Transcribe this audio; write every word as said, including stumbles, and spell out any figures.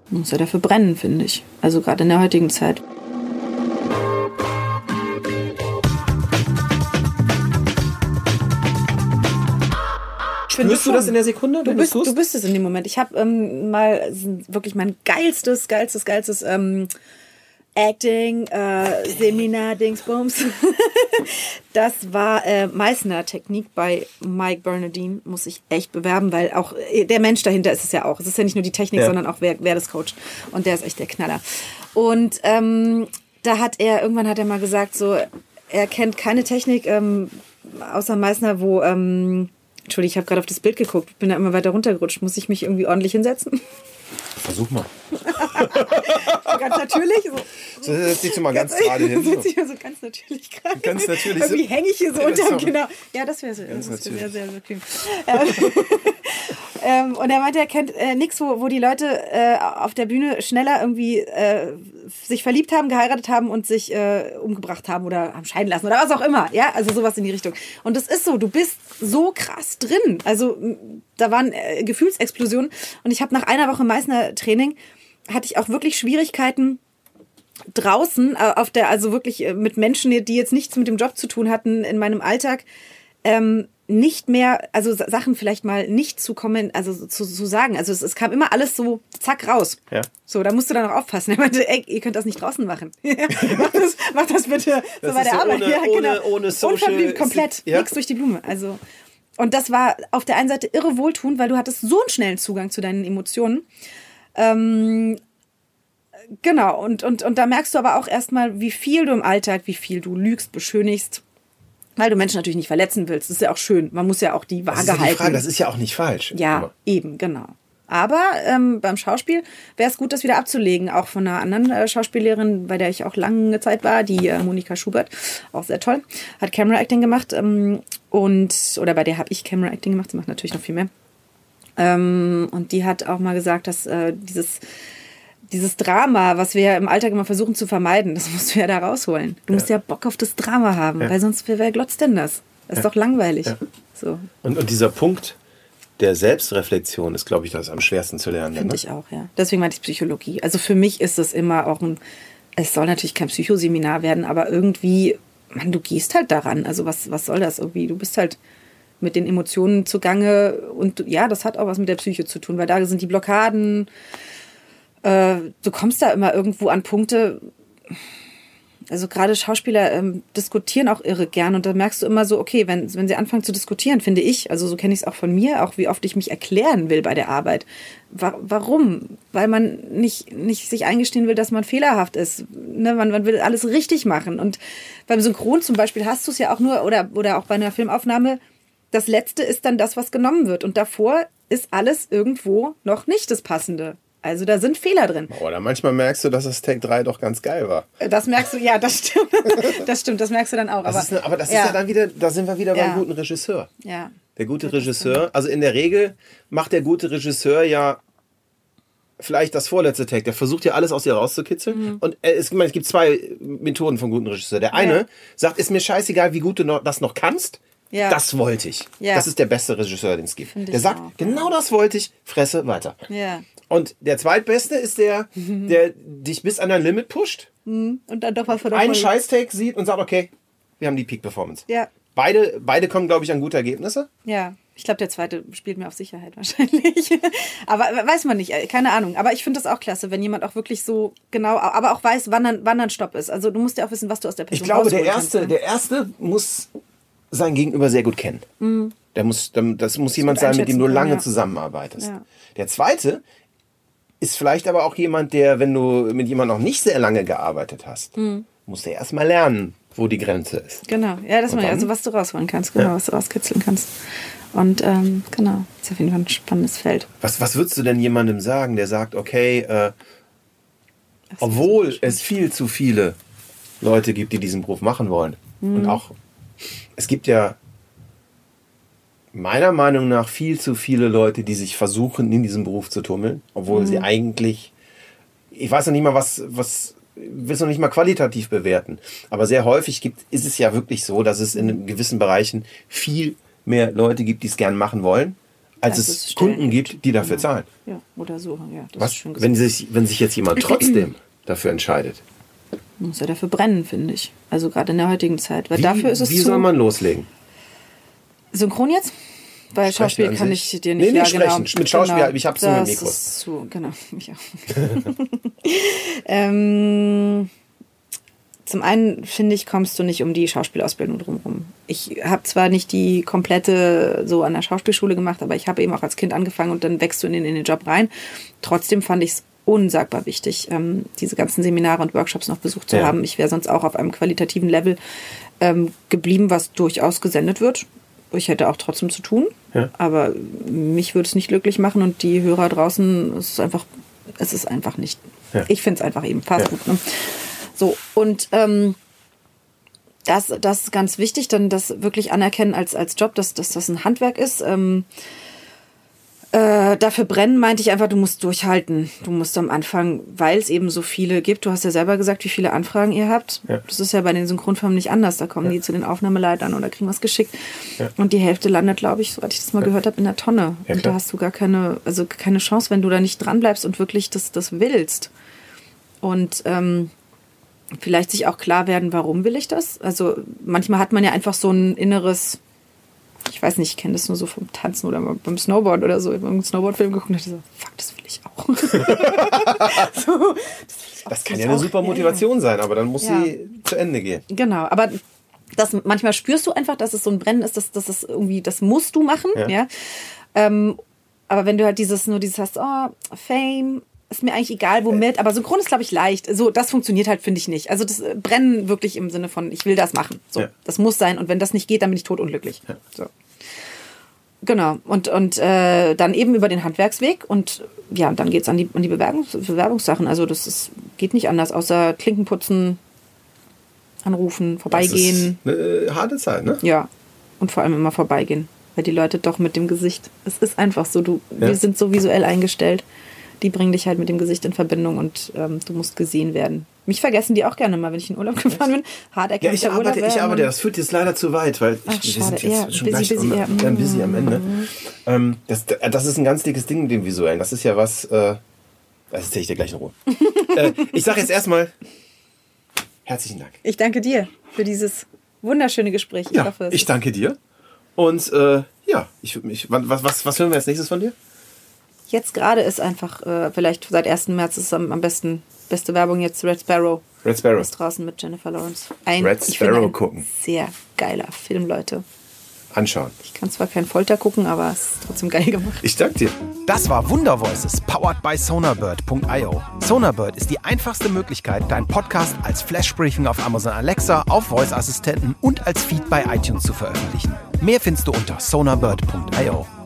Man muss ja dafür brennen, finde ich. Also gerade in der heutigen Zeit. Spürst du das in der Sekunde? Du bist, du bist es in dem Moment. Ich habe ähm, mal wirklich mein geilstes, geilstes, geilstes ähm, Acting, äh, Seminar, Dingsbums. Das war äh, Meissner-Technik bei Mike Bernardine. Muss ich echt bewerben, weil auch äh, der Mensch dahinter ist es ja auch. Es ist ja nicht nur die Technik, ja. sondern auch wer, wer das coacht. Und der ist echt der Knaller. Und ähm, da hat er, irgendwann hat er mal gesagt, so, er kennt keine Technik, ähm, außer Meissner, wo... Ähm, Entschuldigung, ich habe gerade auf das Bild geguckt, bin da immer weiter runtergerutscht. Muss ich mich irgendwie ordentlich hinsetzen? Versuch mal. Ganz natürlich. So, so setz dich mal ganz gerade hin. So. Ich so ganz natürlich gerade. Ganz natürlich. Irgendwie hänge ich hier so unterm, so. genau. Ja, das wäre so, das wär sehr, sehr bequem. ähm, und er meinte, er kennt äh, nichts, wo, wo die Leute äh, auf der Bühne schneller irgendwie äh, sich verliebt haben, geheiratet haben und sich äh, umgebracht haben oder haben scheiden lassen oder was auch immer. Ja, also sowas in die Richtung. Und das ist so, du bist so krass drin. Also da waren äh, Gefühlsexplosionen und ich habe nach einer Woche Meissner Training hatte ich auch wirklich Schwierigkeiten draußen äh, auf der, also wirklich äh, mit Menschen, die jetzt nichts mit dem Job zu tun hatten in meinem Alltag, ähm, nicht mehr, also Sachen vielleicht mal nicht zu kommen, also zu, zu sagen. Also es, es kam immer alles so zack raus. Ja. So, da musst du dann auch aufpassen. Er meinte, ey, ihr könnt das nicht draußen machen. mach, das, mach das bitte das so bei der so Arbeit. Ohne, ja, genau. ohne, ohne Social. Unverblümt, komplett. Ja? Nichts durch die Blume. Also, und das war auf der einen Seite irre wohltuend, weil du hattest so einen schnellen Zugang zu deinen Emotionen. Ähm, genau. Und, und, und da merkst du aber auch erstmal, wie viel du im Alltag, wie viel du lügst, beschönigst. Weil du Menschen natürlich nicht verletzen willst. Das ist ja auch schön. Man muss ja auch die Waage halten. Das ist ja die Frage. Das ist ja auch nicht falsch. Ja, immer. Eben, genau. Aber ähm, beim Schauspiel wäre es gut, das wieder abzulegen. Auch von einer anderen äh, Schauspiellehrerin, bei der ich auch lange Zeit war, die äh, Monika Schubert. Auch sehr toll. Hat Camera Acting gemacht. Ähm, und oder bei der habe ich Camera Acting gemacht. Sie macht natürlich noch viel mehr. Ähm, und die hat auch mal gesagt, dass äh, dieses... Dieses Drama, was wir ja im Alltag immer versuchen zu vermeiden, das musst du ja da rausholen. Du musst ja, ja Bock auf das Drama haben, ja. weil sonst, wer, wer glotzt denn das? Das ist ja. doch langweilig. Ja. So. Und, und dieser Punkt der Selbstreflexion ist, glaube ich, das am schwersten zu lernen. Finde ne? ich auch, ja. Deswegen meinte ich Psychologie. Also für mich ist es immer auch ein, es soll natürlich kein Psychoseminar werden, aber irgendwie, man, du gehst halt daran. Also was, was soll das irgendwie? Du bist halt mit den Emotionen zugange und ja, das hat auch was mit der Psyche zu tun, weil da sind die Blockaden. Du kommst da immer irgendwo an Punkte, also gerade Schauspieler ähm, diskutieren auch irre gern und da merkst du immer so, okay, wenn, wenn sie anfangen zu diskutieren, finde ich, also so kenne ich es auch von mir, auch wie oft ich mich erklären will bei der Arbeit. Wa- warum? Weil man nicht, nicht sich eingestehen will, dass man fehlerhaft ist. Ne? Man, man will alles richtig machen und beim Synchron zum Beispiel hast du es ja auch nur, oder, oder auch bei einer Filmaufnahme, das Letzte ist dann das, was genommen wird und davor ist alles irgendwo noch nicht das Passende. Also da sind Fehler drin. Oder manchmal merkst du, dass das Take drei doch ganz geil war. Das merkst du, ja, das stimmt. Das stimmt, das merkst du dann auch. Das aber ist eine, aber das ja. ist ja dann wieder, da sind wir wieder ja. beim guten Regisseur. Ja. Der gute Regisseur, also in der Regel macht der gute Regisseur ja vielleicht das vorletzte Take. Der versucht ja alles aus dir rauszukitzeln. Mhm. Und es, es gibt zwei Methoden vom guten Regisseur. Der eine ja. sagt, ist mir scheißegal, wie gut du noch, das noch kannst. Ja. Das wollte ich. Ja. Das ist der beste Regisseur, den es gibt. Find der sagt, auch. Genau das wollte ich, fresse weiter. Ja. Und der zweitbeste ist der, der dich bis an dein Limit pusht. Und dann doch was von der einen Scheiß-Take sieht und sagt, okay, wir haben die Peak-Performance. Ja. Beide, beide kommen, glaube ich, an gute Ergebnisse. Ja, ich glaube, der zweite spielt mir auf Sicherheit wahrscheinlich. Aber weiß man nicht, keine Ahnung. Aber ich finde das auch klasse, wenn jemand auch wirklich so genau, aber auch weiß, wann dann, wann dann Stopp ist. Also du musst ja auch wissen, was du aus der Person Ich glaube, der kannst, erste, ne? der erste muss sein Gegenüber sehr gut kennen. Mhm. Der muss, das muss jemand sein, mit dem du lange ja. zusammenarbeitest. Ja. Der zweite ist vielleicht aber auch jemand, der, wenn du mit jemandem noch nicht sehr lange gearbeitet hast, mhm. musst du erst mal lernen, wo die Grenze ist. Genau, ja, das mal, also was du rausholen kannst, genau, ja. was du rauskitzeln kannst. Und ähm, genau, das ist auf jeden Fall ein spannendes Feld. Was, was würdest du denn jemandem sagen, der sagt, okay, äh, obwohl es viel zu viele Leute gibt, die diesen Beruf machen wollen, mhm. und auch, es gibt ja meiner Meinung nach viel zu viele Leute, die sich versuchen, in diesem Beruf zu tummeln, obwohl mhm. sie eigentlich, ich weiß noch nicht mal, was, was, will es noch nicht mal qualitativ bewerten, aber sehr häufig gibt, ist es ja wirklich so, dass es in gewissen Bereichen viel mehr Leute gibt, die es gern machen wollen, als es, es Kunden gibt, gibt, die dafür genau. zahlen. Ja, oder so. Ja, das Was, ist schön wenn, sich, wenn sich jetzt jemand trotzdem dafür entscheidet? Muss ja dafür brennen, finde ich. Also gerade in der heutigen Zeit. Weil wie dafür ist es wie zu soll man loslegen? Synchron jetzt? Weil Sprechen Schauspiel an kann sich? ich dir nicht Nee, nicht ja, sprechen. Genau, mit Schauspiel, genau, ich hab's nur mit Mikros. Ist zu, genau, mich auch. ähm, zum einen, finde ich, kommst du nicht um die Schauspielausbildung drumherum. Ich habe zwar nicht die komplette so an der Schauspielschule gemacht, aber ich habe eben auch als Kind angefangen und dann wächst du in den, in den Job rein. Trotzdem fand ich es unsagbar wichtig, ähm, diese ganzen Seminare und Workshops noch besucht zu ja. haben. Ich wäre sonst auch auf einem qualitativen Level ähm, geblieben, was durchaus gesendet wird. Ich hätte auch trotzdem zu tun, ja. aber mich würde es nicht glücklich machen und die Hörer draußen, es ist einfach, es ist einfach nicht. Ja. Ich finde es einfach eben fast ja. gut. Ne? So, und ähm, das, das ist ganz wichtig, dann das wirklich anerkennen als, als Job, dass, dass das ein Handwerk ist. Ähm, Äh, dafür brennen meinte ich einfach, du musst durchhalten. Du musst am Anfang, weil es eben so viele gibt, du hast ja selber gesagt, wie viele Anfragen ihr habt. Ja. Das ist ja bei den Synchronfirmen nicht anders. Da kommen ja. die zu den Aufnahmeleitern oder kriegen was geschickt. Ja. Und die Hälfte landet, glaube ich, soweit ich das mal ja. gehört habe, in der Tonne. Ja, und da hast du gar keine, also keine Chance, wenn du da nicht dranbleibst und wirklich das, das willst. Und ähm, vielleicht sich auch klar werden, warum will ich das? Also manchmal hat man ja einfach so ein inneres... Ich weiß nicht, ich kenne das nur so vom Tanzen oder beim Snowboard oder so. Ich habe einen Snowboard-Film geguckt und dachte so, fuck, das will ich auch. so, das will ich auch, das kann ja eine super Motivation ja. sein, aber dann muss ja. sie zu Ende gehen. Genau, aber das, manchmal spürst du einfach, dass es so ein Brennen ist, dass, dass es irgendwie, das musst du machen. Ja. Ja? Ähm, aber wenn du halt dieses, nur dieses hast, oh, Fame, ist mir eigentlich egal, womit, aber synchron ist, glaube ich, leicht. So, das funktioniert halt, finde ich nicht. Also das Brennen wirklich im Sinne von, ich will das machen. So, ja. Das muss sein. Und wenn das nicht geht, dann bin ich totunglücklich. Ja. So. Genau. Und, und äh, dann eben über den Handwerksweg. Und ja, dann geht's an die, an die Bewerbungs- Bewerbungssachen. Also das ist, geht nicht anders, außer Klinken putzen, anrufen, vorbeigehen. Das ist eine harte Zeit, ne? Ja. Und vor allem immer vorbeigehen. Weil die Leute doch mit dem Gesicht, es ist einfach so, du, ja. wir sind so visuell eingestellt. Die bringen dich halt mit dem Gesicht in Verbindung und ähm, du musst gesehen werden. Mich vergessen die auch gerne mal, wenn ich in Urlaub gefahren bin. Hart ja, ich arbeite, ich arbeite, das führt jetzt leider zu weit, weil Ach, ich, wir sind jetzt ja, schon busy, gleich busy, am, ja. dann busy am Ende. Ähm, das, das ist ein ganz dickes Ding mit dem Visuellen. Das ist ja was, äh, das erzähle ich dir gleich in Ruhe. äh, ich sage jetzt erstmal herzlichen Dank. Ich danke dir für dieses wunderschöne Gespräch. Ich ja, hoffe, es ich danke dir. Und äh, ja, ich, ich, was, was, was hören wir als nächstes von dir? Jetzt gerade ist einfach, äh, vielleicht seit ersten März ist es am, am besten, beste Werbung jetzt Red Sparrow. Red Sparrow. Ist draußen mit Jennifer Lawrence. Ein, Red Sparrow ein gucken. Sehr geiler Film, Leute. Anschauen. Ich kann zwar kein Folter gucken, aber es ist trotzdem geil gemacht. Ich danke dir. Das war Wundervoices, powered by sonarbird punkt io. Sonarbird ist die einfachste Möglichkeit, deinen Podcast als Flashbriefing auf Amazon Alexa, auf Voice-Assistenten und als Feed bei iTunes zu veröffentlichen. Mehr findest du unter sonarbird punkt io.